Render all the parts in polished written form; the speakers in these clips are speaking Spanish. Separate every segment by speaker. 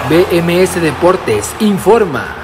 Speaker 1: BMS Deportes informa.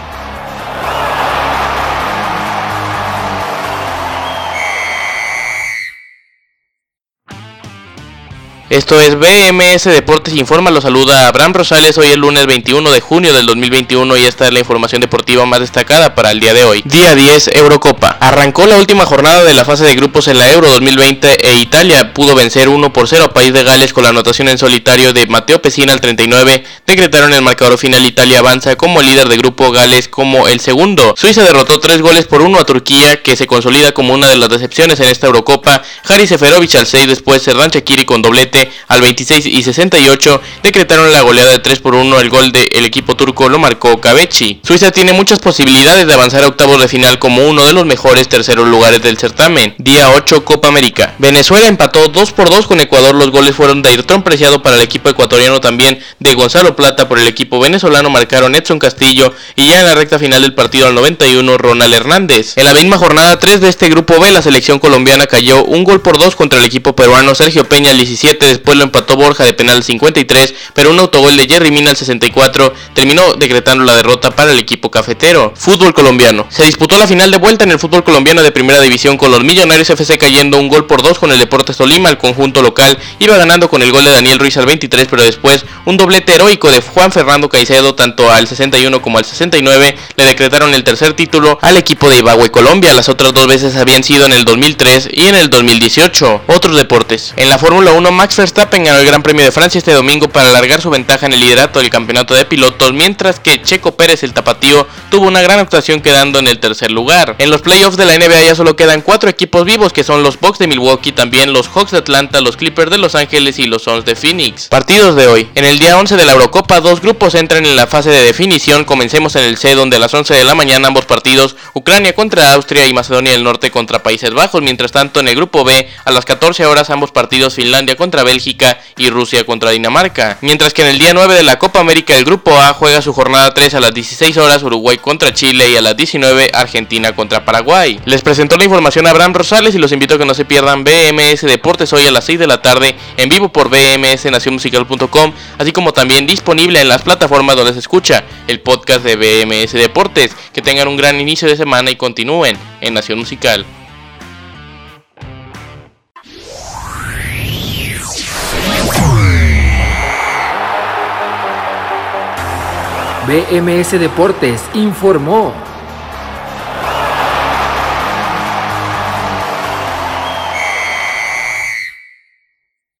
Speaker 2: Esto es BMS Deportes Informa, lo saluda Abraham Rosales. Hoy es lunes 21 de junio del 2021 y esta es la información deportiva más destacada para el día de hoy. Día 10, Eurocopa. Arrancó la última jornada de la fase de grupos en la Euro 2020 e Italia pudo vencer 1-0 a País de Gales con la anotación en solitario de Matteo Pessina al 39. Decretaron el marcador final. Italia avanza como líder de grupo, Gales como el segundo. Suiza derrotó 3-1 a Turquía, que se consolida como una de las decepciones en esta Eurocopa. Haris Seferovic al 6, después Xherdan Shaqiri con doblete al 26 y 68, decretaron la goleada de 3-1, el gol del equipo turco lo marcó Kabechi. Suiza tiene muchas posibilidades de avanzar a octavos de final como uno de los mejores terceros lugares del certamen. Día 8, Copa América. Venezuela empató 2-2 con Ecuador, los goles fueron de Ayrton Preciado para el equipo ecuatoriano, también de Gonzalo Plata por el equipo venezolano, marcaron Edson Castillo y ya en la recta final del partido al 91, Ronald Hernández. En la misma jornada 3 de este grupo B, la selección colombiana cayó 1-2 contra el equipo peruano, Sergio Peña al 17, después lo empató Borja de penal al 53, pero un autogol de Jerry Mina al 64 terminó decretando la derrota para el equipo cafetero. Fútbol colombiano. Se disputó la final de vuelta en el fútbol colombiano de primera división con los Millonarios FC cayendo 1-2 con el Deportes Tolima. El conjunto local iba ganando con el gol de Daniel Ruiz al 23, pero después un doblete heroico de Juan Fernando Caicedo tanto al 61 como al 69 le decretaron el tercer título al equipo de Ibagué, Colombia. Las otras dos veces habían sido en el 2003 y en el 2018. Otros deportes. En la Fórmula 1, Max Verstappen ganó el Gran Premio de Francia este domingo para alargar su ventaja en el liderato del campeonato de pilotos, mientras que Checo Pérez, el tapatío, tuvo una gran actuación quedando en el tercer lugar. En los playoffs de la NBA ya solo quedan 4 equipos vivos, que son los Bucks de Milwaukee, también los Hawks de Atlanta, los Clippers de Los Ángeles y los Suns de Phoenix. Partidos de hoy. En el día 11 de la Eurocopa, 2 grupos entran en la fase de definición. Comencemos en el C, donde a las 11 de la mañana ambos partidos, Ucrania contra Austria y Macedonia del Norte contra Países Bajos. Mientras tanto, en el grupo B, a las 14 horas ambos partidos, Finlandia contra Bélgica y Rusia contra Dinamarca. Mientras que en el día 9 de la Copa América, el grupo A juega su jornada 3 a las 16 horas, Uruguay contra Chile, y a las 19 Argentina contra Paraguay. Les presentó la información Abraham Rosales y los invito a que no se pierdan BMS Deportes hoy a las 6 de la tarde en vivo por bmsnacionmusical.com, así como también disponible en las plataformas donde se escucha el podcast de BMS Deportes. Que tengan un gran inicio de semana y continúen en Nación Musical.
Speaker 1: BMS Deportes informó.